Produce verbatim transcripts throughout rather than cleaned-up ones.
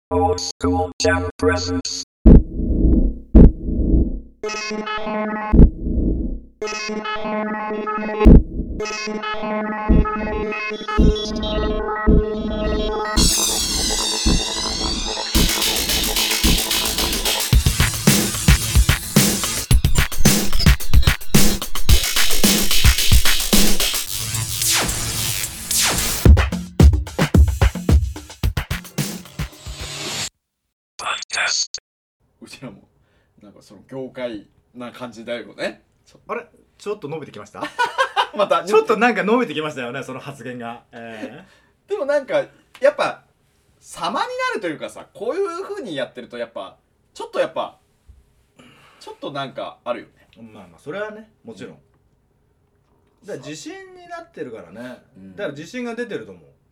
Old School Jam Presents. Podcast. うちらもなんかその業界な感じだよね。 あれちょっと伸びてきましたまたちょっとなんか伸びてきましたよね、その発言が、えでもなんかやっぱ様になるというかさ、こういう風にやってるとやっぱちょっとやっぱちょっとなんかあるよね。 ー、まあまあそれはね、もちろん、だから自信になってるからね、 うん、 だから自信が出てると思う、 うん、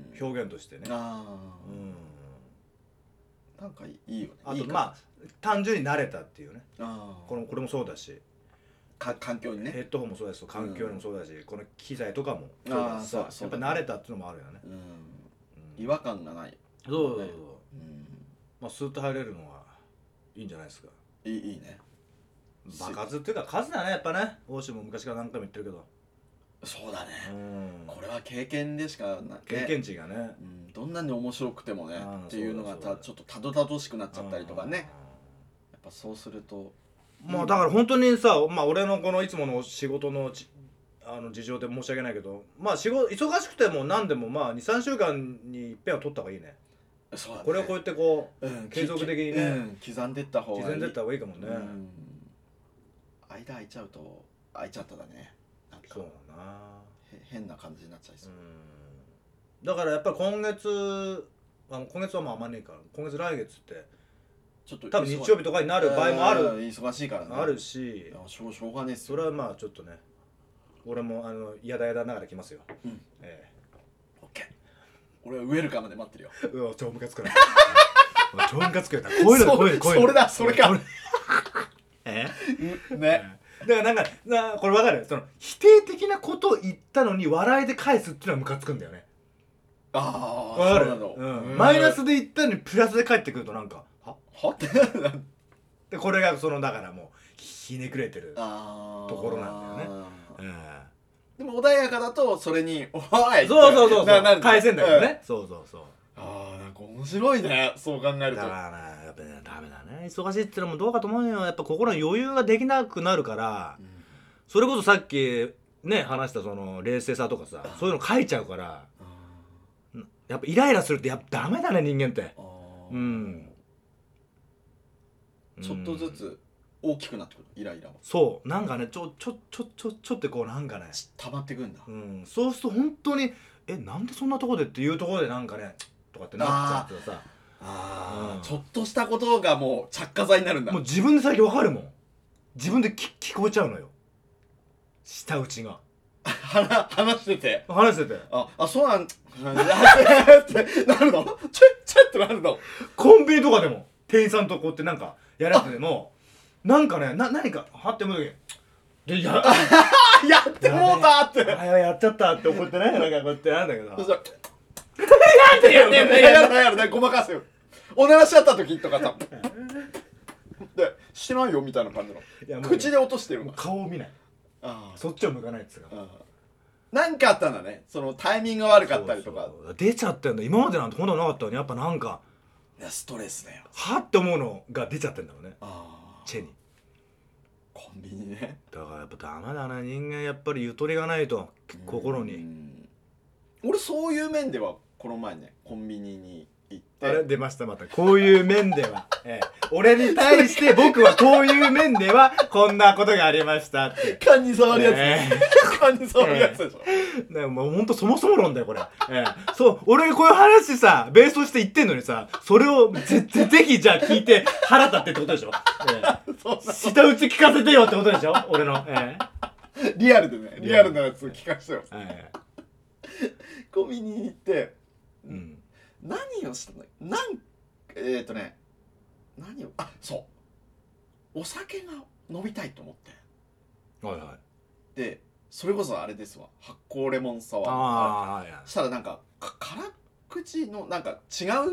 表現としてね。 あうー、なんかいいよね。 ん、あいいとまあ単純に慣れたっていうね、 あこのこれもそうだし、 か環境にね。 ヘッドホンもそうだし、環境にもそうだし、この機材とかもそうあーだしさ、 そうそうやっぱ慣れたっていうのもあるよね。 うん、 うん違和感がない。 そうそうそう、 うん、 まあスーッと入れるのはいいんじゃないですか。 いいいいね。 爆発っていうか数だね、やっぱね。欧州も昔から何回も言ってるけど、 そうだね、 うん、 これは経験でしかな、ね、 経験値がね、 うん、どんなに面白くてもねあーっていうのがそうだそうだたちょっとたどたどしくなっちゃったりとかね、やっぱそうするとまあだから本当にさ、まあ俺のこのいつもの仕事のちあの事情で申し訳ないけど、まあ仕事忙しくても何でもまあにさんしゅうかんに一遍は取った方がいいね。 そうだね、 これをこうやってこう、 うん、 継続的にね、 うん、刻んでった方がいい。 刻んでった方がいいかもね、 うん間空いちゃうと空いちゃっただね、なんかそうだな、 へ変な感じになっちゃいそう。 うん、だからやっぱり今月あの今月はまああんまねえから、今月来月ってちょっと多分日曜日とかになる場合もある、 うん忙しいからね、 あるし、 いやしょうしょうがねえっすよ。 それはまあちょっとね、俺もあのやだやだながら来ますよ、 うんえオッケー、俺はウェルカムで待ってるよ。 え、うわ超ムカつくな超ムカつくよな、こういうのこういうのこういうの、 それだそれかえね、 だからなんかな、これわかる、その否定的なことを言ったのに笑いで返すっていうのはムカつくんだよね。 ああわかる、 そうなの、 うん、マイナスで言ったのにプラスで返ってくるとなんかははってで、これがそのだからもうひねくれてる、 あところなんだよね、えでも穏やかだとそれに「おい!」 え、そうそうそうそうななる返せんだけどね、 うんそうそうそう、 ああなんか面白いね、そう考えると。 だからね、やっぱね、ダメだね、忙しいってのもどうかと思うよ。やっぱ心の余裕ができなくなるから、 うんそれこそさっきね話したその冷静さとかさ、そういうの書いちゃうから、やっぱイライラするってやっぱダメだね、人間って。 あーうんちょっとずつ大きくなってくる、イライラもそう、なんかね、ちょちょちょちょちょってこうなんかね、 溜まってくんだ。 うん、そうすると本当にえなんでそんなとこでっていうところでなんかねとかってなっちゃうとさ、うんああちょっとしたことがもう着火剤になるんだ。 もう自分で最近わかるもん。自分で聞聞こえちゃうのよ、舌打ちが。 話話してて話しててああそうなんってなるのちょちょってなるの。 コンビニとかでも店員さんとこうやってなんかやられててもなんかね、な何かはって思う時でややってもうたってあややっちゃったって思ってね、なんかこうやってやるんだけどそしたらなんでやねんねやるなやるなごまかすよ。おならしちゃった時とかさでしてないよみたいな感じのいやもうね口で落としてるの。 顔を見ない、 あそっちを向かないっつうか、 あなんかあったんだね、そのタイミングが悪かったりとか。 そうそう出ちゃってんだ。今までなんてほんとなかったのに、やっぱなんかいやストレスだよ。 はって思うのが出ちゃってんだろうね、 ああチェに。 コンビニね。 だからやっぱダメだな、人間やっぱりゆとりがないと心うに。 ん俺そういう面ではこの前ねコンビニに行ってあれ出ました、またこういう面では、ええ、俺に対して僕はこういう面ではこんなことがありましたって。 缶に触るやつ、 えね缶に触るやつでしょ、 ね、もうほんとそもそも論だよこれ、ええ、そう俺がこういう話さベースとして言ってんのにさ、それをぜぜぜひじゃあ聞いて腹立ってってことでしょ、えそんなえ、舌打ち聞かせてよってことでしょ俺の、えリアルでねリアルなやつ聞かせてよ。 え、えコンビニに行ってえ、うん何をしたのなんえっ、ー、とね何をあそうお酒が飲みたいと思ってはいはい、 でそれこそあれですわ、発酵レモンサワー。 ああ、はいはい、 したらなんかか辛口のなんか違う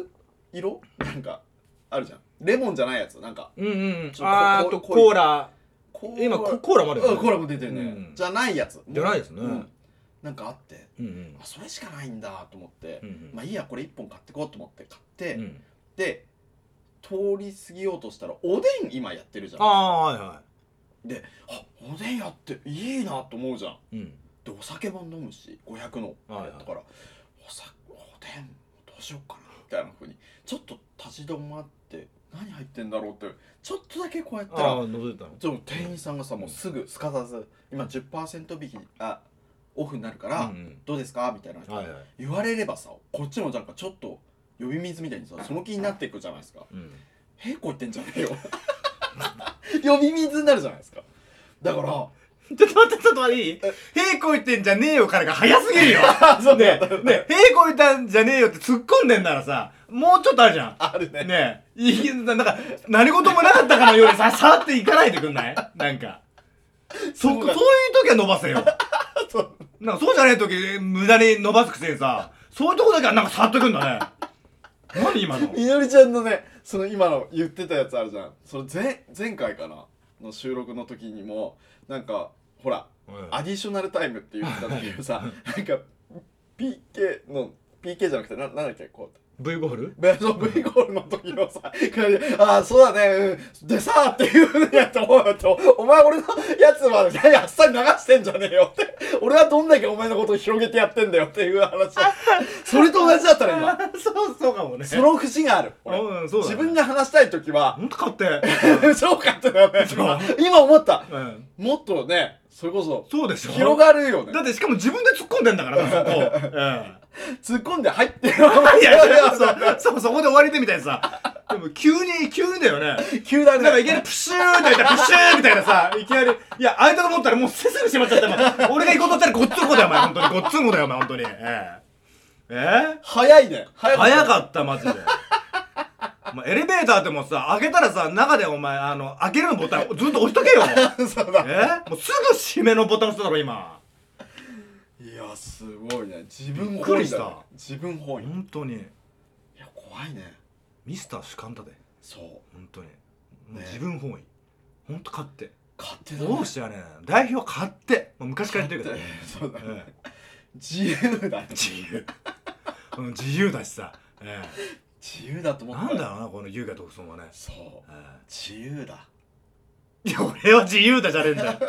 色なんかあるじゃん、レモンじゃないやつなんかうんうんちょっとあーとここコーラこ今ココーラもあるよねうんコーラも出てるね、 うんじゃないやつじゃないですねうんなんかあってうんうんあそれしかないんだと思って、 うんうんまあいいやこれいっぽん買ってこうと思って買って、 うんで通り過ぎようとしたらおでん今やってるじゃんああはいはであおでんやっていいなと思うじゃんいうんでお酒も飲むしごひゃくのはいはいだからおさおでんどうしようかなみたいなふうにちょっと立ち止まって何入ってんだろうってちょっとだけこうやったらああ覗いたのでも店員さんがさもうすぐすかさず今 じゅっパーセント 引きあオフになるから、 うんどうですかみたいな、 うんはいはい言われればさこっちもなんかちょっと呼び水みたいにさその気になっていくじゃないですかうんへいこ言ってんじゃねえよ呼び水になるじゃないですかだからちょっと待ってちょっと待っていいへいこいてんじゃねえよからが早すぎるよそうねえねえへいこいたんじゃねえよって突っ込んでんならさもうちょっとあるじゃんあるねねえいいなんか何事もなかったかのようにささっていかないでくんないなんかそそういう時は伸ばせよそうなんかそうじゃねえ時無駄に伸ばすくせにさそういうとこだけはなんか触ってくんだね何今のみのりちゃんのねその今の言ってたやつあるじゃんその前前回かなの収録の時にもなんかほらアディショナルタイムって言ってた時にさなんか ピーケー の ピーケー じゃなくてななんだっけこう V ゴールベその V ゴールの時のさああそうだね、うん、でさーっていうふうにやって思うとお前俺のやつはあっさり流してんじゃねえよって俺はどんだけお前のことを広げてやってんだよっていう話それと同じだったら今そうそうかもねその節がある俺うんそうだね自分が話したい時はほんと勝手そうかってだよねそう今今思ったうんもっとねそれこそそうでしょ広がるよねだってしかも自分で突っ込んでんだからそこうん突っ込んで入ってるいやいやそうそうそこで終わりでみたいなさでも急に急にだよね急だねなんかいきなりプシューって言ったらプシューみたいなさいきなりいや相手と思ったらもう背すぐ閉まっちゃったもん俺が行こうとしたらごっつんこだよお前本当にごっつんこだよお前本当にえええ早いね早早かったマジでお前エレベーターってもうさ開けたらさ中でお前あの開けるのボタンずっと押しとけよそうだえもうすぐ閉めのボタン押しただろ今いやすごいね自分びっくりした本位だね自分本位い本当にや怖いねミスター主観だでそう本当にもうね自分本位本当勝手勝手だねどうしてやねん代表は勝手もう昔から言ってるけど勝手そうだねええ自由だね自由うん自由だしさえ自由だとえ思ったなんだろうなこの優雅独尊はねそうえ自由だえいや俺は自由だじゃねえんだよ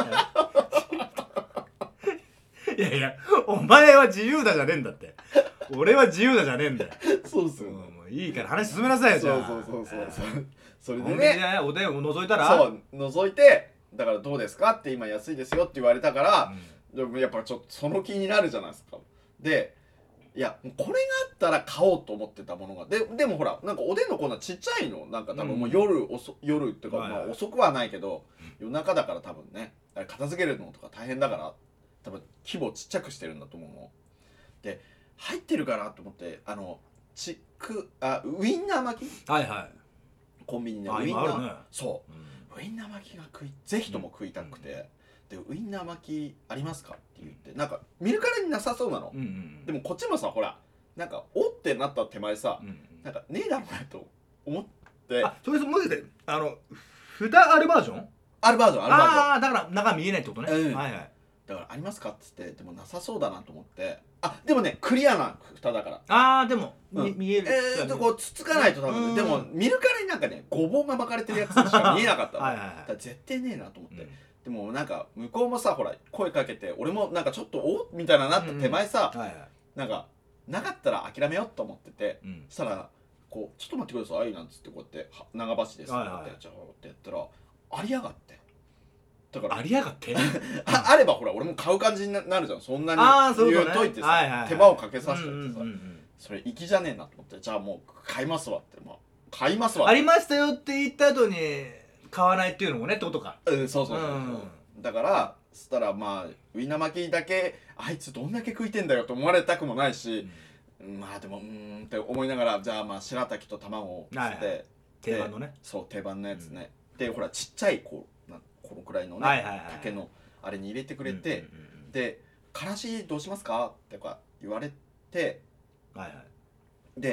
いやいやお前は自由だじゃねえんだって俺は自由だじゃねえんだよそうっすよねもういいから話進めなさいよじゃあそうそうそうそうそうそれでコンビニねでおでんを覗いたらそう覗いてだからどうですかって今安いですよって言われたからでもやっぱちょっとその気になるじゃないですかでいやもうこれがあったら買おうと思ってたものがででもほらなんかおでんのコーナーちっちゃいのなんか多分もう夜遅夜っていうか、 はいはいまあ、遅くはないけど夜中だから多分ねあれ片付けるのとか大変だから多分規模ちっちゃくしてるんだと思うので入ってるかなと思ってあのチクあウインナー巻きはいはいコンビニであウインナー、 今あるねそううんウインナー巻きが食いぜひとも食いたくて、でウインナー巻きありますかって言ってなんか見るからになさそうなの、 うんうんでもこっちもさほらなんかおってなった手前さ、 うんなんかねえだろうなと思ってあそれもしかしてあの札あるバージョンあるバージョンあるバージョンああだから中見えないってことねうんはいはいだからありますかっつってでもなさそうだなと思ってあでもねクリアな蓋だからああでもうんみ見えるえーとこうつつかないと多分、 うんでも見るからになんかねごぼうが巻かれてるやつしか見えなかったのはいはいはいだから絶対ねえなと思って、 うんでもなんか向こうもさほら声かけて俺もなんかちょっとおみたいななった手前さ、 はいはいなんかなかったら諦めようと思っててうんそしたらこうちょっと待ってくださいなんつってこうやっては長橋ですってはいはい言ってじゃあってやったらありやがってだからありやがってああればほら俺も買う感じにななるじゃんそんなにあーそういうことね言うといてさ、 はいはいはい手間をかけさせてうんうんさ、 うんうんそれ粋じゃねえなと思ってじゃあもう買いますわってまあ買いますわありましたよって言った後に買わないっていうのもねってことかうんそうそうそうそう、 うんだからそしたらまあウインナー巻きだけあいつどんだけ食いてんだよと思われたくもないし、まあでもうーんって思いながらじゃあまあ白滝と卵をつって、 はいはい定番のねそう定番のやつね、でほらちっちゃいこうなこのくらいのね、 はいはいはい竹のあれに入れてくれて、 うんうんうんうんで「からしどうしますか?」ってか言われてはいはいで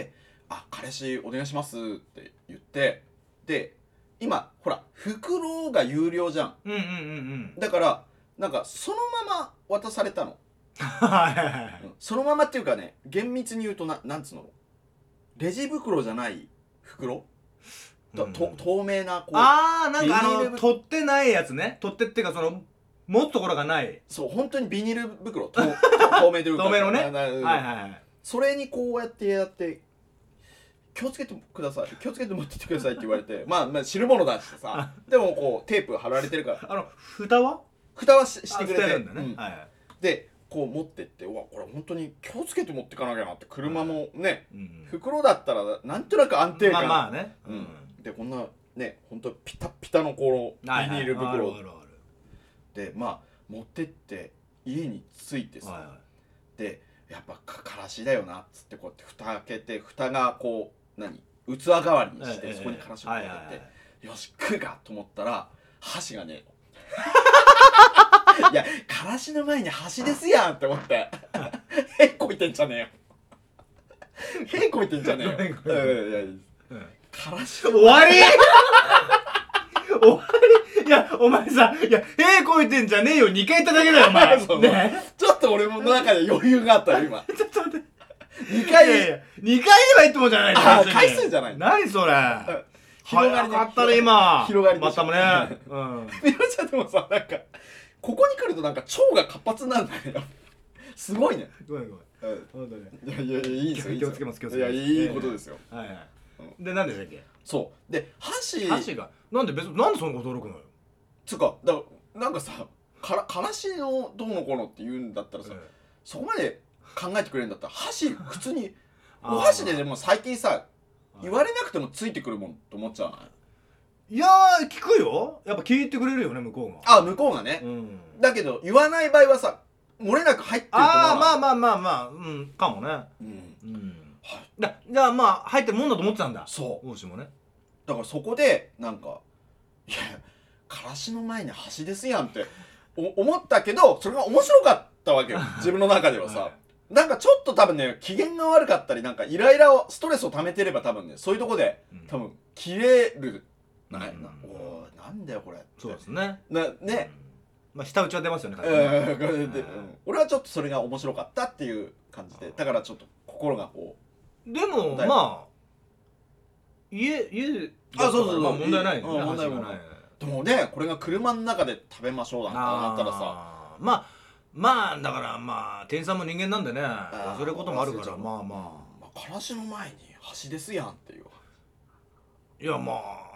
あ彼氏お願いしますって言ってで今ほら袋が有料じゃん。 うんうんうんうんだからなんかそのまま渡されたの。 はいはいはいうんそのままっていうかね厳密に言うとななんつうのレジ袋じゃない袋と、 うんと透明なこうあーなんかあのビニール取ってないやつね取ってっていうかその持つところがないそう本当にビニール袋とと透明というか透明のねななはいはいはいそれにこうやってやって気をつけてください気をつけて持ってってくださいって言われてまあまあ知るものだしさでもこうテープ貼られてるからあの蓋は蓋はししてくれてあ蓋やるんだねうんはいはいでこう持ってってうわこれ本当に気をつけて持ってかなきゃなって車もね、 うん袋だったらなんとなく安定まあ感、 まあねうんでこんなね本当ピタピタのこのビニールはいはい袋あるあるあるでまあ持ってって家に着いてさ、 はいはいでやっぱかからしだよなっつってこうやって蓋開けて蓋がこう何器代わりにして、 ええそこにからしを入れて、 はいはいはいよし食うかと思ったら箸がねいやからしの前に箸ですやんって思ってへっこいてんじゃねえよへっこいてんじゃねえよごめんごめんいやいやいやうんからし終わり終わりいやお前さいや屁こいてんじゃねえよにかい言っただけだよお前そうねちょっと俺も中で余裕があったよ今ちょっと待ってにかいいやいやにかいは言ってもじゃないあ別に回数じゃない何それ広がりね早かったね今広がりでしょまたもねうんみろちゃんでもさなんかここに来るとなんか腸が活発になるんだよすごいねごめんごめんうん本当にいやいやいやいいですよいいですよ気をつけます気をつけますいやいいことですよ、 はいはいで何でしたっけそうで箸箸がなんで別になんでそんな驚くのよつうかだからなんかさからからしのどうのこうのって言うんだったらさ、 えそこまで考えてくれるんだったら箸普通にあーお箸ででも最近さ言われなくてもついてくるもんと思っちゃわないいやー聞くよやっぱ聞いてくれるよね向こうがあ向こうがね、 うんだけど言わない場合はさ漏れなく入ってると思うああまああまあまあまあうんかもねうんうんはいだじゃあまあ入ってるもんだと思ってたんだそう王子もねだからそこでなんかいやからしの前に箸ですやんってお思ったけどそれが面白かったわけよ自分の中ではさ、 はいなんかちょっと多分ね機嫌が悪かったりなんかイライラをストレスを溜めてれば多分ねそういうとこでうん多分切れる、ななうんおーなんだよこれってそうですねなね、 うんまあ舌打ちは出ますよねえーこれでうんうん俺はちょっとそれが面白かったっていう感じでだからちょっと心がこでもだいぶまあ家家あそうそうそうまあ問題ないよねうん問題箸がないうでもねこれが車の中で食べましょうなんてなったらさあーまあまあだからまあ店員さんも人間なんでねー忘れることもあるか忘れちゃうらまあまあまあからしの前に箸ですやんっていういやまあ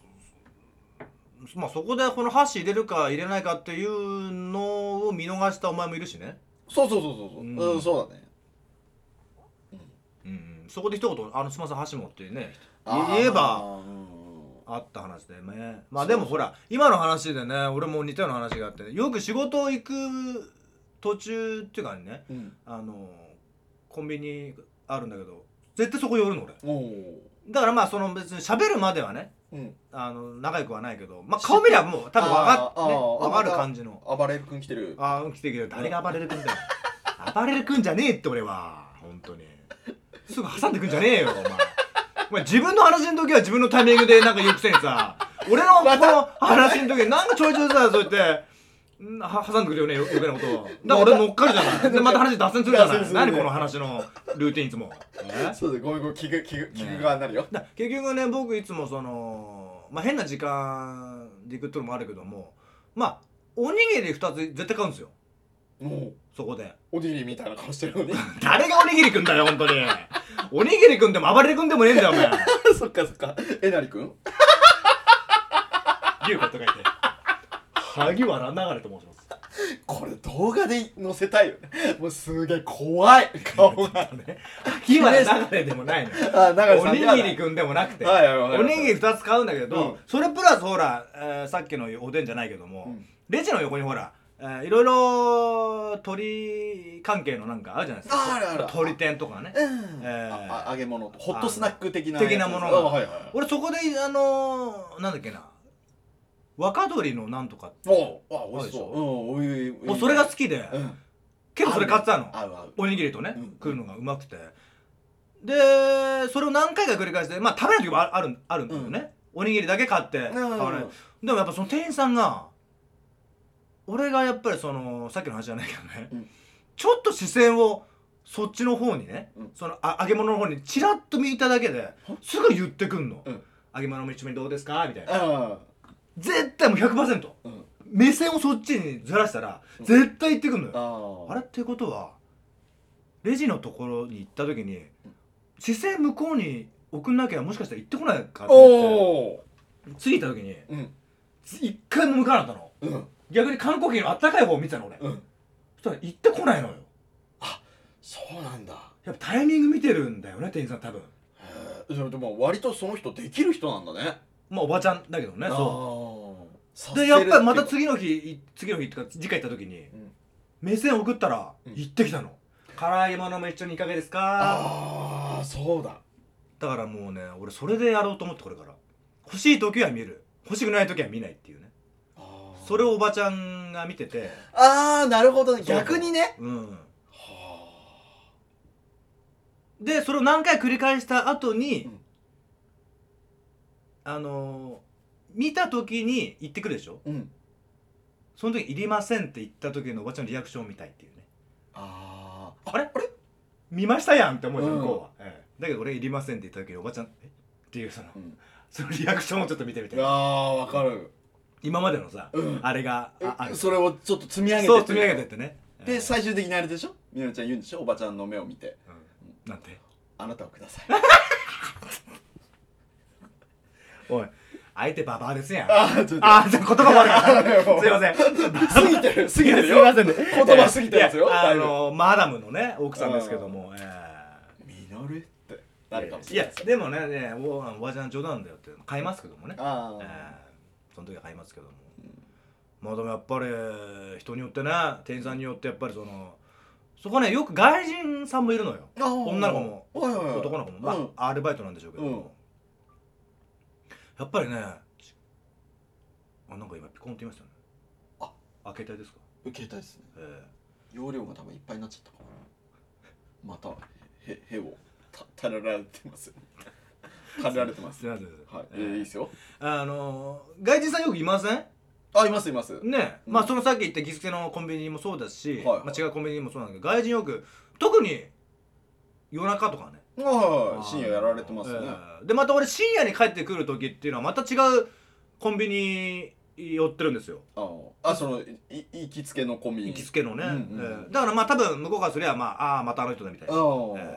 まあそこでこの箸入れるか入れないかっていうのを見逃したお前もいるしねそうそうそうそうそう、 うんうん、そうだねうんそこで一言「あのすみません箸持ってね」 あー言えばうんあった話でねまあでもほら今の話でね俺も似たような話があってよく仕事行く途中っていうかねうんあのコンビニあるんだけど絶対そこ寄るの俺おおだからまあその別に喋るまではねうんあの仲良くはないけどまあ顔見りゃもう多分分かっ、ね、 あーあー分かる感じの暴れる君来てるああ来てるけど誰が暴れる君だよ暴れる君じゃねえって俺は本当にすぐ挟んでくんじゃねえよお前お前自分の話の時は自分のタイミングでなんか言うくせにさ俺のこの話の時になんかちょいちょいさそうやってんは挟んでくるよね余計なことをだから俺乗っかるじゃないでまた話脱線するじゃない脱線するね何この話のルーティンいつもえそうだごめんごめん聞く聞く聞く側になるよ、 だ結局ね僕いつもそのまあ変な時間で行くってのもあるけどもまあおにぎりふたつ絶対買うんですよもうそこでおにぎりみたいな顔してるのに誰がおにぎりくんだよ本当におにぎりくんでも暴れるくんでもねえんだよお前そっかそっかえなりくん牛子と書いて萩原流れと申しますこれ動画で載せたいよねもうすげえ怖い顔が萩原流れでもないのよあ長井おにさんではないぎりくんでもなくて、 はいはいはいはいおにぎりふたつ買うんだけど、 うんそれプラスほら、えーさっきのおでんじゃないけども、 うんレジの横にほら、えーいろいろ鶏関係のなんかあるじゃないですかああるある鶏天とかねうんえーああ揚げ物ホットスナック的な的なものがあはいはい俺そこであのー、なんだっけな若鶏のなんとかっておあ美味しそうあるでしょうんおいおいもうそれが好きで、 うん結構それ買ってたの合う合うおにぎりとね、 うん食うのがうまくてでそれを何回か繰り返してまあ食べない時もああるあるんだよね、うん、おにぎりだけ買って買わない、でもやっぱその店員さんが俺がやっぱりそのさっきの話じゃないけどね、うん、ちょっと視線をそっちの方にね、うん、そのあ揚げ物の方にチラッと見ただけですぐ言ってくんの、うん、揚げ物も一緒にどうですかみたいな、絶対もう ひゃくパーセント、うん、目線をそっちにずらしたら、うん、絶対言ってくんのよ、あれっていうことはレジのところに行った時に、うん、視線向こうに送んなきゃもしかしたら行ってこないかと思って次行った時に、うん、一回も向かなかったの、うん、逆に韓国のあったかい方を見てたの俺、うん、そしたら行ってこないのよ。 あ、そうなんだ。 やっぱタイミング見てるんだよね店員さん多分。 へえ。でも割とその人できる人なんだね。 まあおばちゃんだけどね。そうでやっぱりまた次の日次の日ってか次回行った時に、うん、目線送ったら、うん、行ってきたの。唐揚げ物も一緒にいかがですか。 ああそうだ。 だからもうね俺それでやろうと思ってこれから欲しい時は見る欲しくない時は見ないっていうね。それをおばちゃんが見てて、 ああなるほどね、逆にね。うん。はあ。でそれを何回繰り返した後に、うん、あのー、見た時に言ってくるでしょ。うん。その時いりませんって言った時のおばちゃんのリアクションを見たいっていうね。ああ。あれあれ見ましたやんって思うじゃん、向こうは。ええ。だけど俺いりませんって言った時におばちゃんえっていうその、うん、そのリアクションをちょっと見てみたい。 ああわかる。 今までのさ、うん、あれが あ, あるそれをちょっと積み上げてそう積み上げてってね。 で最終的にあれでしょ、みなみちゃん言うんでしょ、おばちゃんの目を見て、 うん、なんてあなたをくださいおい相手ババアですやん。 あーちょっとあー言葉悪かったすいません過ぎてる過ぎてるよ、 すいませんね言葉過ぎてますよ、 えー、あのー、マダムのね奥さんですけども、えー、ミノルって誰かもしれない。いやでもねねおおばちゃん冗談だよって買いますけどもね、あ、えー、その時は買いますけども、うん、まあでもやっぱり人によってね店員さんによってやっぱりそのそこねよく外人さんもいるのよ、女の子も男の子も、まあ、うん、アルバイトなんでしょうけども、うん、やっぱりねあなんか今ピコンって言いましたね。ああ携帯ですか。 携帯ですね、えー、容量が多分いっぱいになっちゃったかな。またへへをた垂れられてますよ垂れられてます。 すいません、 はい、えー、いいですよ。 あのー、外人さんよくいません？ あいますいますね、うん、まあそのさっき言った行きつけのコンビニもそうだし、はいはい、まあ、違うコンビニもそうなんだけど外人よく特に夜中とかね、 はい、深夜やられてますね、 えー、でまた俺深夜に帰ってくる時っていうのはまた違うコンビニ寄ってるんですよ。 ああそのい行きつけのコンビニ行きつけのね、うんうん、えー、だからまあ多分向こうからすりゃまああーまたあの人だみたいな、えー、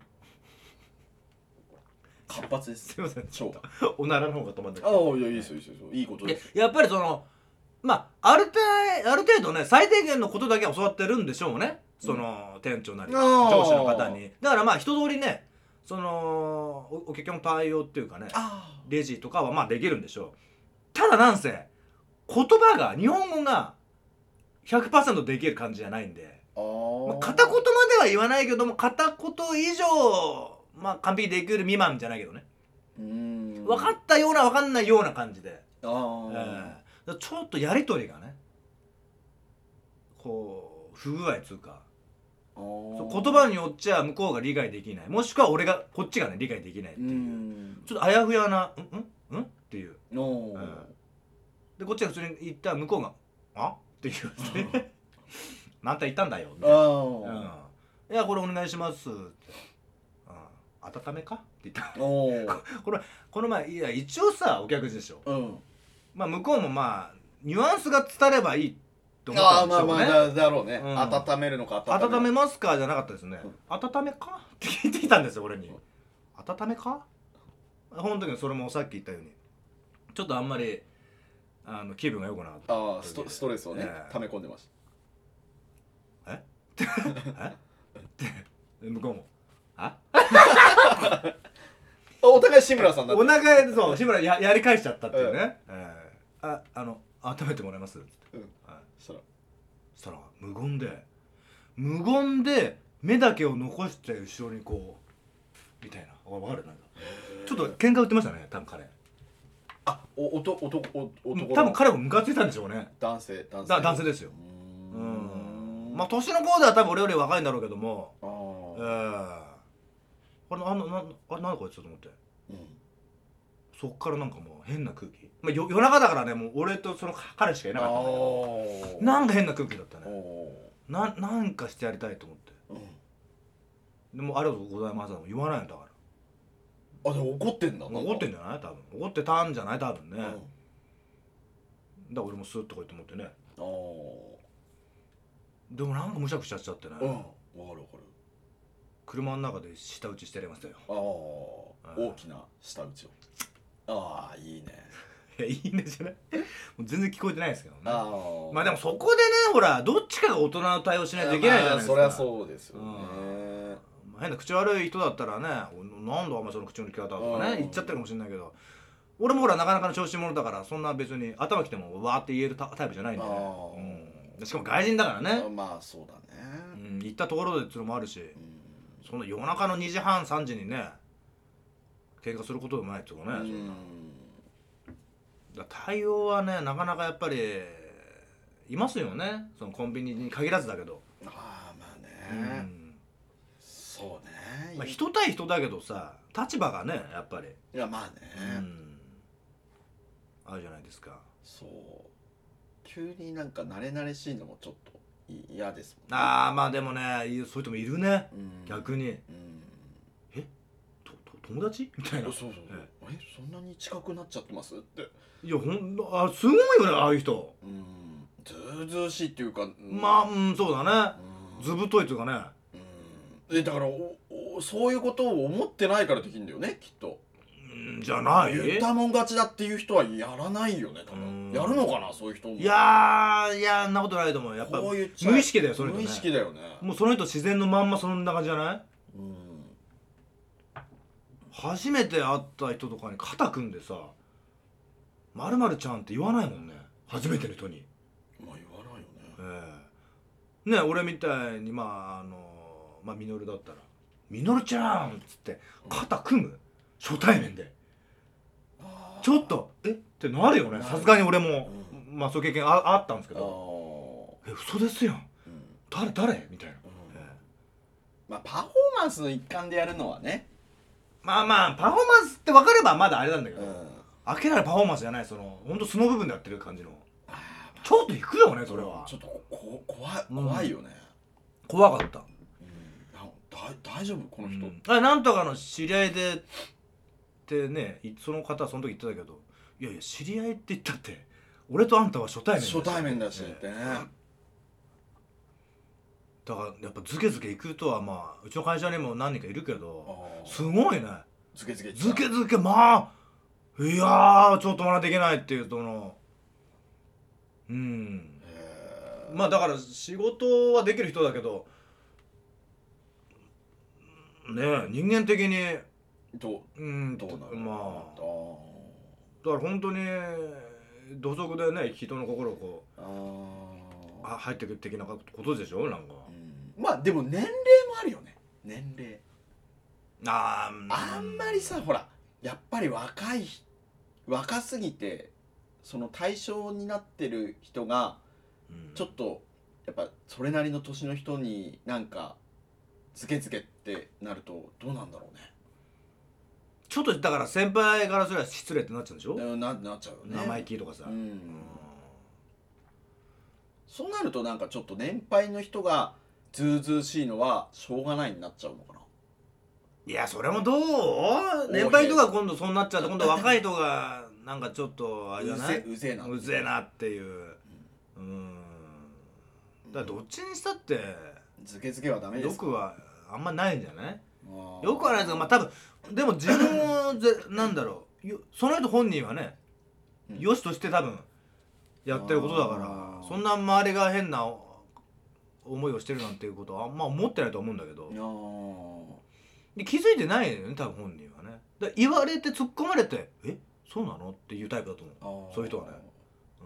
活発です。 すいませんちょっとおならの方が止まんない。 ああいやいいですよいいですよ、いいことです。 やっぱりそのまあある程度ある程度ね最低限のことだけは教わってるんでしょうね、その、うん、店長なり上司の方に。だからまあ一通りねその お, お客様の対応っていうかねレジとかはまあできるんでしょう。ただなんせ言葉が日本語が ひゃくパーセント できる感じじゃないんで、あ、まあ、片言までは言わないけども片言以上まあ完璧できる未満じゃないけどね、うーん分かったような分かんないような感じで、あ、えー、ちょっとやり取りがねこう不具合つうか、そう言葉によっちゃ向こうが理解できない、もしくは俺がこっちがね理解できないっていう、うちょっとあやふやな「んんん?」っていう、えー、でこっちが普通に言ったら向こうが「あ?」っていうね「何体言ったんだよ」みたいな、うん「いやこれお願いします」って「温めか?」って言ったこれこの前いや一応さお客でしょ、うん、まあ向こうもまあニュアンスが伝わればいいと思ったんでしょうね。ああまあまあ だ, だろうね、うん、温めるのか温める温めますかじゃなかったですね、うん、温めかって聞いてきたんですよ俺に、うん、温めか本当にそれもさっき言ったようにちょっとあんまりあの気分が良くなかった。ああ ス, ストレスをね、えー、溜め込んでました。ええって向こうもあお互い志村さんだった。 お互いそう志村 や, やり返しちゃったっていうね、えー、ああの温めてもらえますって、うんはい、そしたらそしたら無言で無言で目だけを残して後ろにこうみたいな分かるなんかちょっと喧嘩売ってましたね多分彼。 あおおとおとお男多分彼もムカついたんでしょうね。 男性男性だ男性ですよ。うーんまあ年の子では多分俺より若いんだろうけども、あ、えー、 あれなんだなんあれなんだこいつと思って、 うんそっからなんかもう変な空気、まあ、よ夜中だからね、もう俺とその彼しかいなかったんだけど、なんか変な空気だったね。ななんかしてやりたいと思って、うん、でもありがとうございますも言わないんだから。 あ、でも怒ってんだ。 怒ってんじゃない？多分怒ってたんじゃない？多分ね、うん、だから俺もスッとこうやって思ってね。あでもなんかむしゃくしゃしちゃってね。うん、分かる分かる。車の中で舌打ちしてやりましたよ。ああ、大きな舌打ちを。ああ、いいね。いや、いいねじゃないもう全然聞こえてないですけどね。あまあでもそこでね、ほらどっちかが大人の対応しないといけないじゃないですか。そりゃそうですよね。変な口悪い人だったらね、なんだお前その口の利き方とかね言っちゃってるかもしれないけど、俺もほらなかなかの調子者だから、そんな別に頭きてもわーって言えるタイプじゃないんでね、うん、しかも外人だからね。まあそうだね、うん、行ったところでっていうのもあるし、うん、そんな夜中のにじはんさんじにね喧嘩することでもないっていうかね、うん、そんなだ対応はねなかなかやっぱりいますよね、そのコンビニに限らずだけど。ああまあね、うん、そうね、まあ、人対人だけどさ立場がねやっぱりいやまあね、うん、あるじゃないですか。そう急になんか慣れ慣れしいのもちょっと嫌ですもんね。ああまあでもねそういう人もいるね、うん、逆に、うん、えとと友達みたいな。そうそうそう、ええそんなに近くなっちゃってますって。いやほんあすごいよねああいう人。うんずうずうしいっていうか、うん、まあうんそうだね、うん、ずぶといっていうかね、うん、えだからおおそういうことを思ってないからできるんだよねきっと。んじゃない言ったもん勝ちだっていう人はやらないよね多分。やるのかなそういう人も。いやーいやんなことないと思う。やっぱこういう無意識だよその人ね。無意識だよね。もうその人自然のまんまそんな感じじゃない。うん初めて会った人とかに肩組んでさ「まるまるちゃん」って言わないもんね初めての人に。まあ言わないよね。ええー、ね俺みたいにまああのまあみのるだったら「みのるちゃん」っつって肩組む初対面でちょっとえってなるよね。さすがに俺も、うん、まあそういう経験 あ, あったんですけど「え嘘ですよ、うん、誰誰?」みたいな、うんえー、まあパフォーマンスの一環でやるのはねまあまあパフォーマンスって分かればまだあれなんだけど、うん、明らかにパフォーマンスじゃないそのほんと素の部分でやってる感じのちょっと引くよねそれは。ちょっとこ怖い怖いよね、うん、怖かった、うん、だ大丈夫この人、うん、あなんとかの知り合いでってねその方はその時言ってたけどいやいや知り合いって言ったって俺とあんたは初対面だし初対面だしってね、だからやっぱズケズケ行くとはまあうちの会社にも何人かいるけどすごいねズケズケズケズケまあいやーちょっと学んでいけないっていうそのうんまあだから仕事はできる人だけどねえ人間的にどううんどうなのまあだから本当に土足でね人の心をこうあ入ってくる的なことでしょなんか、うん、まあでも年齢もあるよね年齢ああんまりさほらやっぱり若い若すぎてその対象になってる人がちょっとやっぱそれなりの年の人になんかズケズケってなるとどうなんだろうね。ちょっとだから先輩からすれば失礼ってなっちゃうんでしょ。な, なっちゃうよね生意気とかさ、うんうん、そうなるとなんかちょっと年配の人がずうずうしいのはしょうがないになっちゃうのかな。いやそれもどう年配とか今度そうなっちゃうと今度若い人がなんかちょっとあれじゃないうぜえなうぜえなっていううん、うん、だからどっちにしたってズケズケはダメですよくはあんまないんじゃない。よくはないですけどまあ多分でも自分をぜなんだろうその人本人はね、うん、よしとして多分やってることだからそんな周りが変な思いをしてるなんていうことはあんま思ってないと思うんだけどで気づいてないよね多分本人はね。だ言われて突っ込まれてえそうなのっていうタイプだと思うそういう人はね、うん、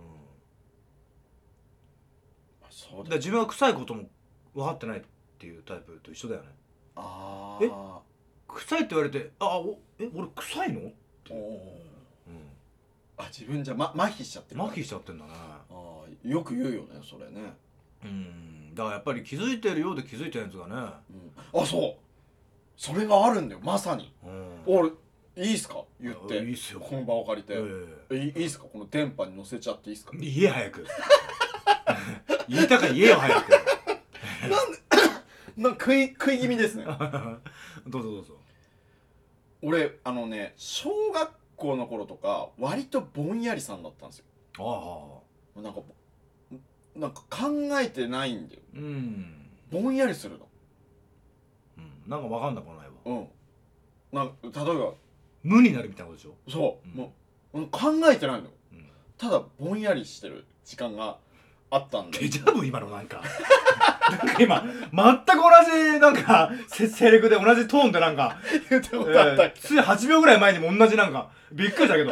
そうだだ自分は臭いことも分かってないっていうタイプと一緒だよね。あえ臭いって言われてあおえ俺臭いのって、うん、あ自分じゃ、ま、麻痺しちゃってる麻痺しちゃってんだね。あよく言うよねそれね。うんだからやっぱり気づいてるようで気づいてないやつがね、うん、あそうそれがあるんだよまさに。 うん、 俺いいっすか言っていいっすよこの場を借りて、 ええいいいっすかこの電波に乗せちゃっていいっすか。 言え早く言いたか言えよ早くなんか食い食い気味ですねどうぞどうぞ。 俺あのね小学校の頃とか割とぼんやりさんだったんですよ。 ああなんかなんか考えてないんだよ。 うんぼんやりするの。 うん、なんか分かんなくもないわ。 うんなんか例えば無になるみたいなことでしょ。 そう、 うん、 もう考えてないの、うん、ただぼんやりしてる時間があったんで。 デジャブ今のなんかなんか今全く同じなんかセリフで同じトーンでなんか言ってことあったっけ、 えー、ついはちびょうぐらい前にも同じなんかびっくりしたけど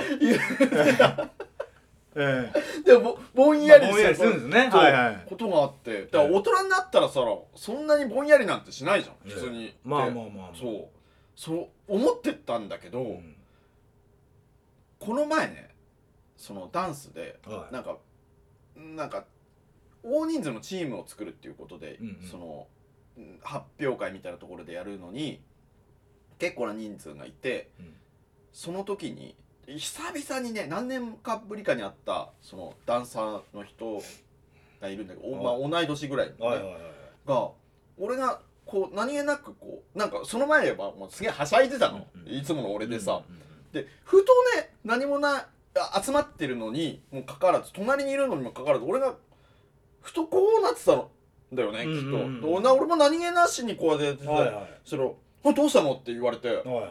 えー、 でも ぼ, ぼんやりする,、まあ、るんですね、はいはい、 ことがあって、だから大人になったらさそんなにぼんやりなんてしないじゃん普通に、 まあまあまあ、まあ、 そうそう思ってたんだけど、うん、この前ねそのダンスで、はい、なんかなんか大人数のチームを作るっていうことで、うんうん、その発表会みたいなところでやるのに結構な人数がいて、うん、その時に久々にね何年かぶりかに会ったそのダンサーの人がいるんだけど、まあ、同い年ぐらいの、ねはいはいはい、が俺がこう何気なくこうなんかその前はもうすげえはしゃいでたの、うんうん、いつもの俺でさ、うんうんうん、でふとね何もな集まってるのにもかかわらず隣にいるのにもかかわらず俺がふとこうなってたんだよね、うんうんうん、きっと。俺も何気なしにこうやってやってて、はいはい、それを「これどうしたの?」って言われて「はいはい、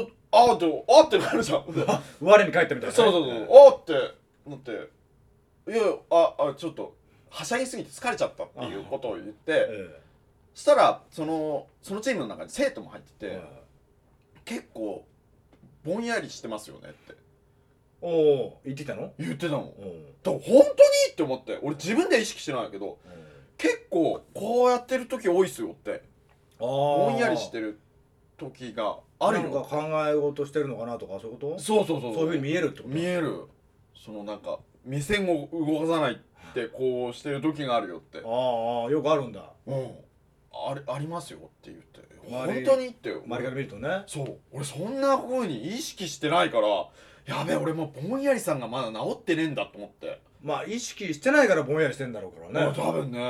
ああってあってなるじゃん我に返ったみたいな、ね、 そうそうそう、あってなって「いやああちょっとはしゃぎすぎて疲れちゃった」っていうことを言って、ええ、そしたらそのそのチームの中に生徒も入ってて、はいはい、結構ぼんやりしてますよねっておお言ってたの言ってたの。だから本当にって思って俺自分では意識してないけど結構こうやってる時多いっすよってぼんやりしてる時があるよ。 なんか考え事してるのかなとかそういうこと。 そうそうそうそういうふうに見えるってこと。 見える。そのなんか目線を動かさないってこうしてる時があるよって。 ああよくあるんだ。 うんあれありますよって言って本当にって周りから見るとね。 そう俺そんな風に意識してないからやべえ俺もぼんやりさんがまだ治ってねえんだと思って。 まあ意識してないからぼんやりしてんだろうからね。 多分ね、うん、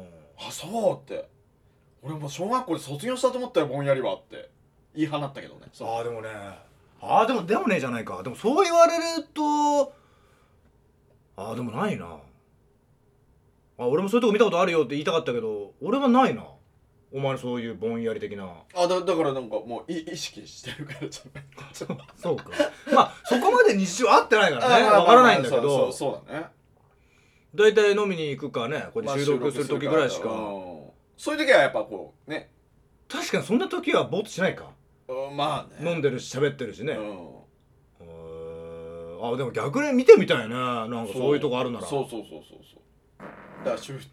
あそうって俺も小学校で卒業したと思ったよぼんやりはって言い放ったけどね。 ああでもねああでもでもねじゃないか。でもそう言われるとああでもないなあ。俺もそういうとこ見たことあるよって言いたかったけど俺はないな。お前のそういうぼんやり的なあ だ, だからなんかもう意識してるからじゃないそうかまあそこまで日常合ってないからねわからないんだけどそうそうそうだね。 だいたい飲みに行くかねこれ収録する時ぐらいしか、まあ、 そういう時はやっぱこうね確かにそんな時はぼーっとしないか。 まあね飲んでるし喋ってるしね、うん、あでも逆に見てみたいねなんかそういうとこあるなら。 そうそうそうそうそうだから週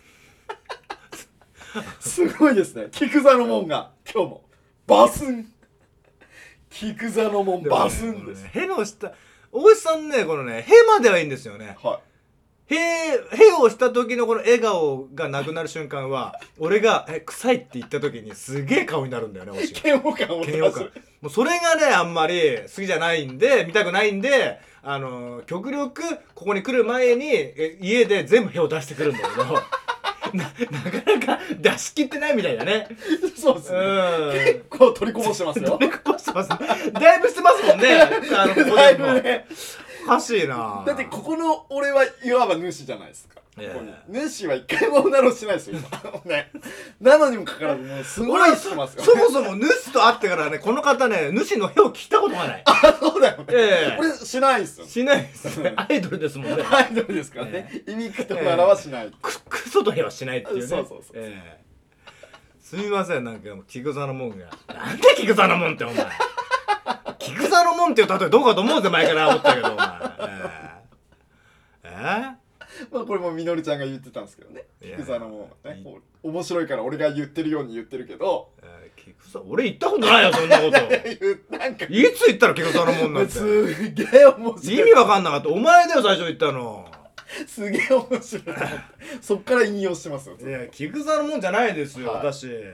すごいですね菊座の門が今日もバスン菊座の門バスンです。 への下大石さんねこのねへまではいいんですよね。はいへへをした時のこの笑顔がなくなる瞬間は俺がえ臭いって言った時にすげえ顔になるんだよね。 大石嫌悪感を出す。嫌悪感もうそれがねあんまり好きじゃないんで見たくないんであの極力ここに来る前にえ家で全部へを出してくるんだけどな, なかなか出し切ってないみたいだね。 そうですね、うん、結構取りこぼしてますよ。 取りこぼしてますね。だいぶしてますもんね。あのここだいぶねおかしいな。 だってここの俺はいわば主じゃないですか。ここに主は一回も女のしないですよね。なのにもかかわらずもうすごいしてますよ、ね、 そもそも主と会ってからねこの方ね主の屁を聞いたことがない。 あそうだよね、えー、俺しないっすよ。 しないっすね。アイドルですもんね。 アイドルですからね、えー、意味くとならはしない、えー、 ク, クソと屁はしないっていうね。 そうそうそう、 えー、すみませんなんか菊座の門がなんで菊座の門ってお前菊座の門っていう例えどうかと思うぜ前から思ったけどお前えー、えーまあこれもみのりちゃんが言ってたんですけどね菊座の門ね面白いから俺が言ってるように言ってるけど、 えー、菊座俺言ったことないよそんなことなんかいつ言ったら菊座の門なんてすげえ面白い。 意味わかんなかった。お前だよ最初言ったの。 すげえ面白いそっから引用してますよ。 いや菊座の門じゃないですよ、はい、私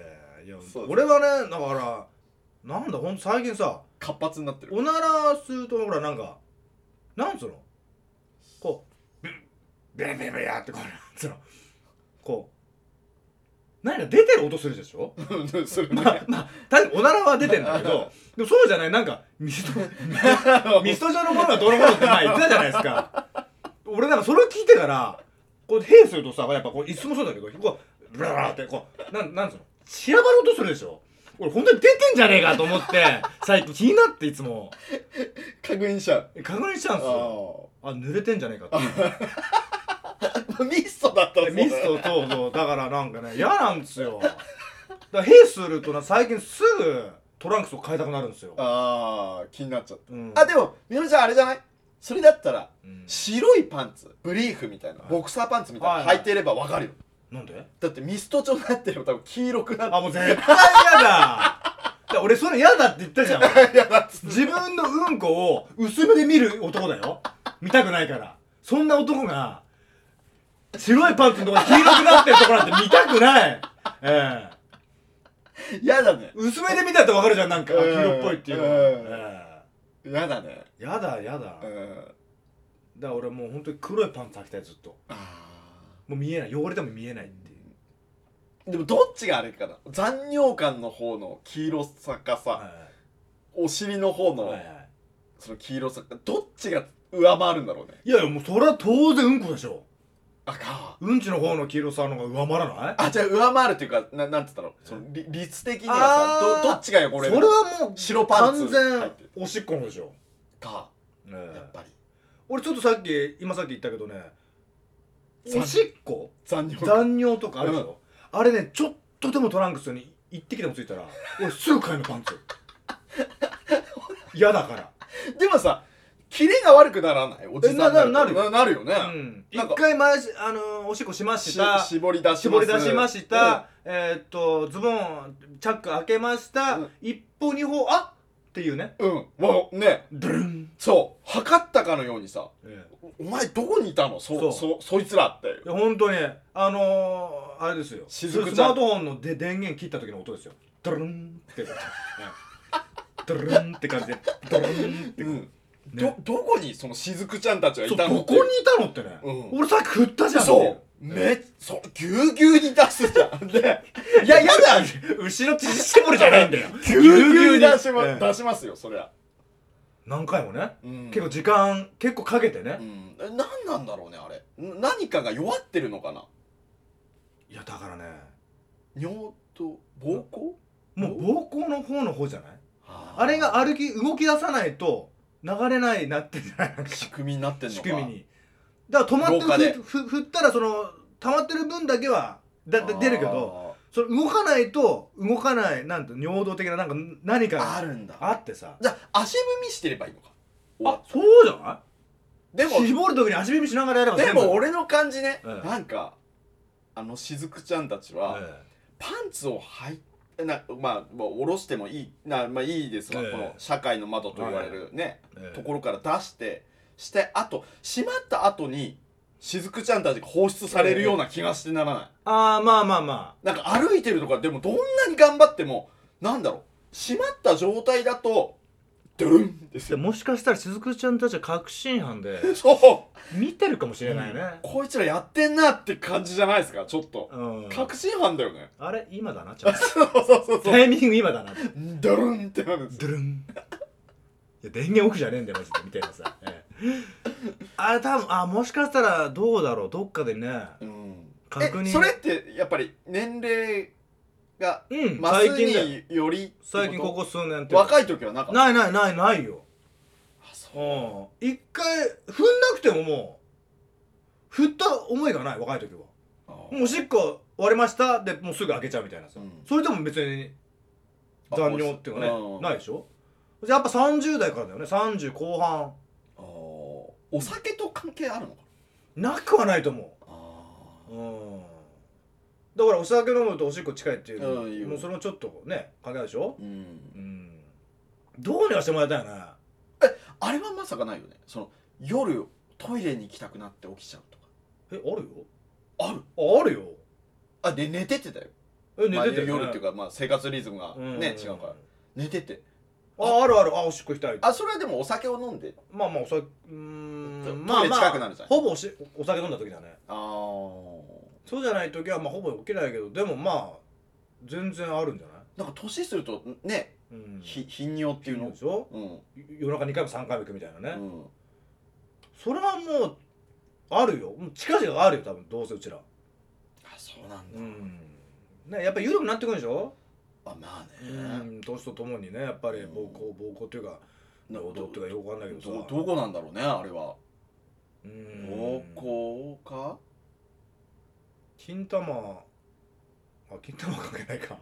いやそう俺はねだからなんだほんと最近さ活発になってる。 おならするとほらなんかなんつうのこうベベベベやってこうなんつうのこう何か出てる音するでしょそれねまあまあ確かにおならは出てんだけどでもそうじゃないなんかミストミスト状のものがどうのこうのって前言ってたじゃないですか俺なんかそれを聞いてからこう兵するとさやっぱこう椅子もそうだけどこうブラブラってこうなんなんつうの散らばる音するでしょ俺本当に出てんじゃねえかと思って最近気になっていつも確認しちゃう。 確認しちゃうんですよあ濡れてんじゃねえかってミストだったらそうだよミストそうそうだからなんかね嫌なんですよだから兵するとな最近すぐトランクスを変えたくなるんですよああ気になっちゃった、 うん、 あでもみのりちゃんあれじゃない、それだったら、 うん、 白いパンツブリーフみたいな、 はい、 ボクサーパンツみたいな、 はいはい履いてればわかるよ。 なんでだってミスト状になってれば多分黄色くなってあもう絶対嫌だいや俺それ嫌だって言ったじゃんいやだって自分のうんこを薄めで見る男だよ見たくないからそんな男が白いパンツのところ黄色くなってるところなんて見たくないええやだね、 薄めで見たってわかるじゃんなんか黄色っぽいっていうのは、えやだね、 えやだやだだかうんら俺もう本当に黒いパンツ履きたいずっとあもう見えない汚れても見えないっていうーでもどっちがあれかな、残尿感の方の黄色さかさ、 はいお尻の方の、 はいはいその黄色さかどっちが上回るんだろうね。 いやいやもうそれは当然うんこでしょあかうんちの方の黄色さの方が上回らないあじゃあ上回るっていうかななんつったのそのり率的にはあーさどどっちが汚れるそれはもう白パンツ完全入ってるおしっこの方でしょ、 か、 ねえやっぱり俺ちょっとさっき今さっき言ったけどね残おしっこ残尿残尿とかあるでしょ、あれねちょっとでもトランクスに一滴でもついたら俺すぐ買いのパンツ嫌だからでもさキレが悪くならないおじさんになるとえななるよななるよね、 うんなんか一回前しあのーおしっこしましした絞り出します絞り出しました、えーっとズボンチャック開けました、 うん一歩二歩あっていうねうん、うん、もうねドゥルン、 そう測ったかのようにさえお前どこにいたのそそうそそいつらってえいや本当にあのー、あれですよスしずくちゃんスマートフォンので電源切った時の音ですよドゥルンってドゥルンって感じでドゥルンって、 うんねどどこにそのしずくちゃんたちがいそうたのってどこにいたのってね、 うん俺さっき振ったじゃんそうめそうぎゅうぎゅうに出すじゃんでいややだ後ろ乳絞りじゃないんだよぎゅうぎゅうに出しまええ出しますよそりゃ、 何回もね、 うん結構時間結構かけてね、 うんえ何なんだろうねあれん何かが弱ってるのかないやだからね尿と膀胱もう膀胱の方の方じゃないああれが歩き動き出さないと流れないなってんじゃない仕組みになってんのか仕組みにだから止ま廊下でってふふ振ったらその溜まってる分だけはだだ出るけどそれ動かないと動かないなんて尿道的ななんか何かあーがあるんだあってさじゃあ足踏みしてればいいのかあそうじゃないでも絞る時に足踏みしながらやればで全部も俺の感じね、 ええなんかあのしずくちゃんたちは、 えパンツを履いなまあもう下ろしてもいいなまあいいですわ、 ええこの社会の窓と言われるね、 ええところから出してしてあと閉まった後にしずくちゃんたちが放出されるような気がしてならない、 ああまあまあまなんか歩いてるとかでもどんなに頑張ってもなんだろう閉まった状態だとドゥルンですよあもしかしたらしずくちゃんたちは確信犯でそう見てるかもしれないね、 こいつらやってんなって感じじゃないですかちょっと、 うん確信犯だよねあれ今だなちゃんとそうそうそうそうタイミング今だなドゥルンってなるんですよドゥルンいや電源奥じゃねえんだよマジでみたいなさ、ええ、あれ多分あもしかしたらどうだろうどっかでねうん確認えそれってやっぱり年齢がうんマス最近だよにより最近ここ数年って若い時はなかったないないないないよあそううん一回踏んなくてももう振った思いがない若い時はあもうおしっこ終わりましたでもうすぐ開けちゃうみたいなさ、 うんそれでも別に残尿っていうかねうんないでしょやっぱさんじゅう代からだよねさんじゅう後半あーお酒と関係あるのかなくはないと思あううんだからお酒飲むとおしっこ近いっていうの、 うんいいよもうそれもちょっとね関係あるでしょーうんうんどうにかしてもらいたいよねあれはまさかないよねその夜トイレに行きたくなって起きちゃうとかえあるよあるああるよあで寝ててだよえ寝まあてて、ね、 夜っていうか、まあ、生活リズムがうんね違うから寝ててああるあるあおしっこ行きたいあそれはでもお酒を飲んでまあまあお酒うーんトイレまあまあ近くなるじゃんほぼおしお酒飲んだ時だねああそうじゃない時はまあほぼ起きないけどでもまあ全然あるんじゃないなんか年するとね、 うん、 ひ頻尿っていうのでしょ、 うん夜中にかいもさんかいも行くみたいなね、 うん、 それはもうあるよもう近々あるよ多分どうせうちらあそうなんだ、 うんねやっぱり緩くなってくるんでしょあまあねうん年とともにねやっぱり膀胱膀胱っていうか喉っていうかよくわかんないけどさどどこなんだろうねあれはうん膀胱か金玉あ金玉はかけないか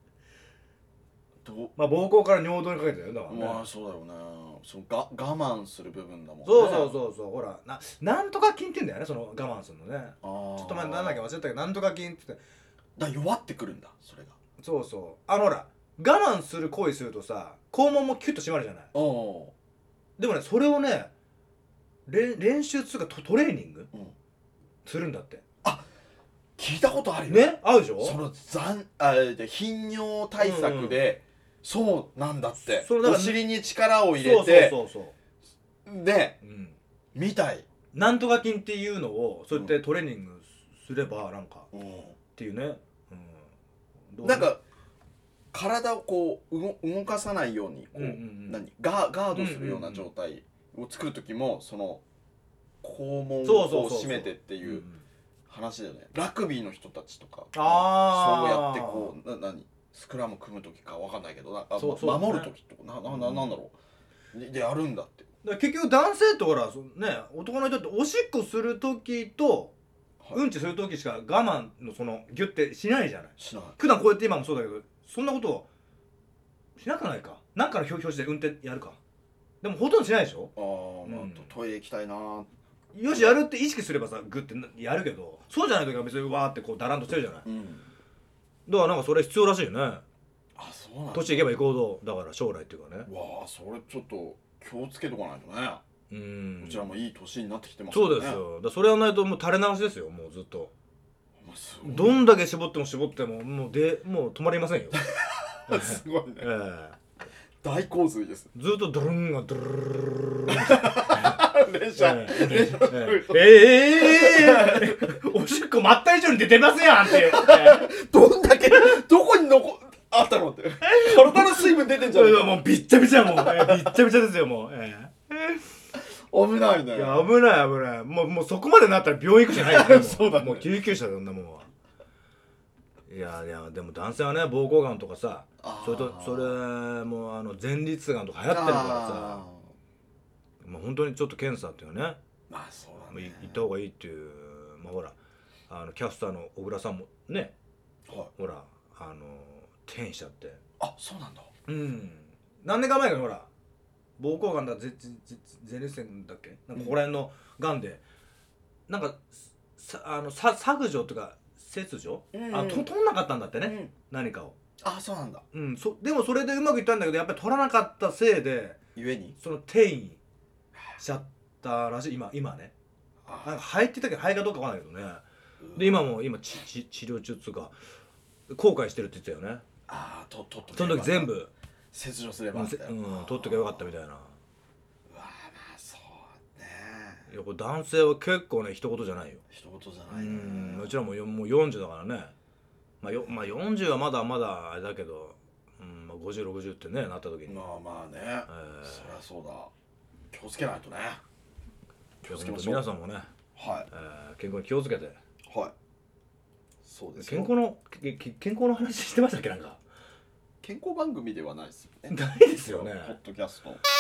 どまあ膀胱から尿道にかけてだよだからね、 まあそうだよねそのが我慢する部分だもんねそうそうそうそうほらななんとか筋って言うんだよねその我慢するのねあーちょっと前なんだっけ忘れたけどなんとか筋って言ってだ弱ってくるんだそれがそうそうあのほら我慢する行為するとさ肛門もキュッと締まるじゃないおおでもねそれをね練練習つうかトトレーニング、 うん、 するんだって聞いたことあるよね合うでしょその残あで頻尿対策で、うんうん、そうなんだってお尻に力を入れてそうそうそうそうで、 うん、 みたいなんとか筋っていうのをそうやってトレーニングすればなんか、うん、っていうね、 うん、なんか体をこう動動かさないようにこう、うんうんうん、何ガガードするような状態を作る時もその肛門を締めてっていう話だよね。ラグビーの人たちとかあそうやってこうな何スクラム組む時かわかんないけどなあそうそう、ね、守る時とかななななんだろう、で, でやるんだって。 だ結局男性ってほらそね男の人っておしっこする時と、はい、うんちする時しか我慢のそのギュッてしないじゃない。 しない。 普段こうやって今もそうだけどそんなことしなくないか。なんかの表紙で運転やるか。でもほとんどしないでしょ。 ああ、まあ、うん、トイレ行きたいなよしやるって意識すればさグッてやるけどそうじゃない時は別にわーってこうダランとしてるじゃない、うん、だからなんかそれ必要らしいよね。 あ、そうなんだ。 年いけば行くほどだから将来っていうかね。 わあそれちょっと気をつけとかないとね。うん、うちらもいい年になってきてますからね。そうですよ。だそれはないともう垂れ流しですよ。もうずっとどんだけ絞っても絞ってももうでもう止まりませんよ。 すごいね、えー、大洪水です。 ずっとドルンがドルルルル電車電車ええおしっこまった以上に出てますやんっていうどんだけどこに残あったのって体の水分出てんじゃん。 もうびっちゃびちゃもう、えー、びっちゃびちゃですよもう、えー、危ないね。 いや危ない危ないもうもうそこまでなったら病院行くしかないよね。 そうだね。 もう救急車だよなもんは。いやいやでも男性はね膀胱がんとかさそれとそれもあの前立がんとか流行ってるからさまあ本当にちょっと検査っていうねまあそうだね行った方がいいっていうまあほらあのキャスターの小倉さんもね、はい、ほらあの転移しちゃってあそうなんだうん何年か前かにほら膀胱がんだ前立腺だっけなんかここら辺のがんでなんかさあのさ削除とか切除、うんうん、あと取んなかったんだってね、うん、何かを。 あそうなんだ、 うん、そでもそれでうまくいったんだけどやっぱり取らなかったせいでゆえにその転移しちゃったらしい今今ね。なんか肺って言ったけど肺かどうかわかんないけどね、うん、で今も今ちち治療中っつうか後悔してるって言ってたよね。 ああと取っとけその時全部切除すればって、 うん、取っとけばよかったみたいな。うわまあそうね。 いやこれ男性は結構ね一言じゃないよ。 一言じゃないね。 うんうちらももうよんじゅうだからね。まあよまあ、よんじゅうはまだまだあれだけど、うんまあ、ごじゅうろくじゅうってねなった時にまあまあね、えー、そりゃそうだ気をつけないとね。 気をつけましょう皆さんもね、 はいえー、健康に気をつけて。 はいそうです健康の健康の話してましたっけなんか健康番組ではないですよね。 ないですよねポッドキャスト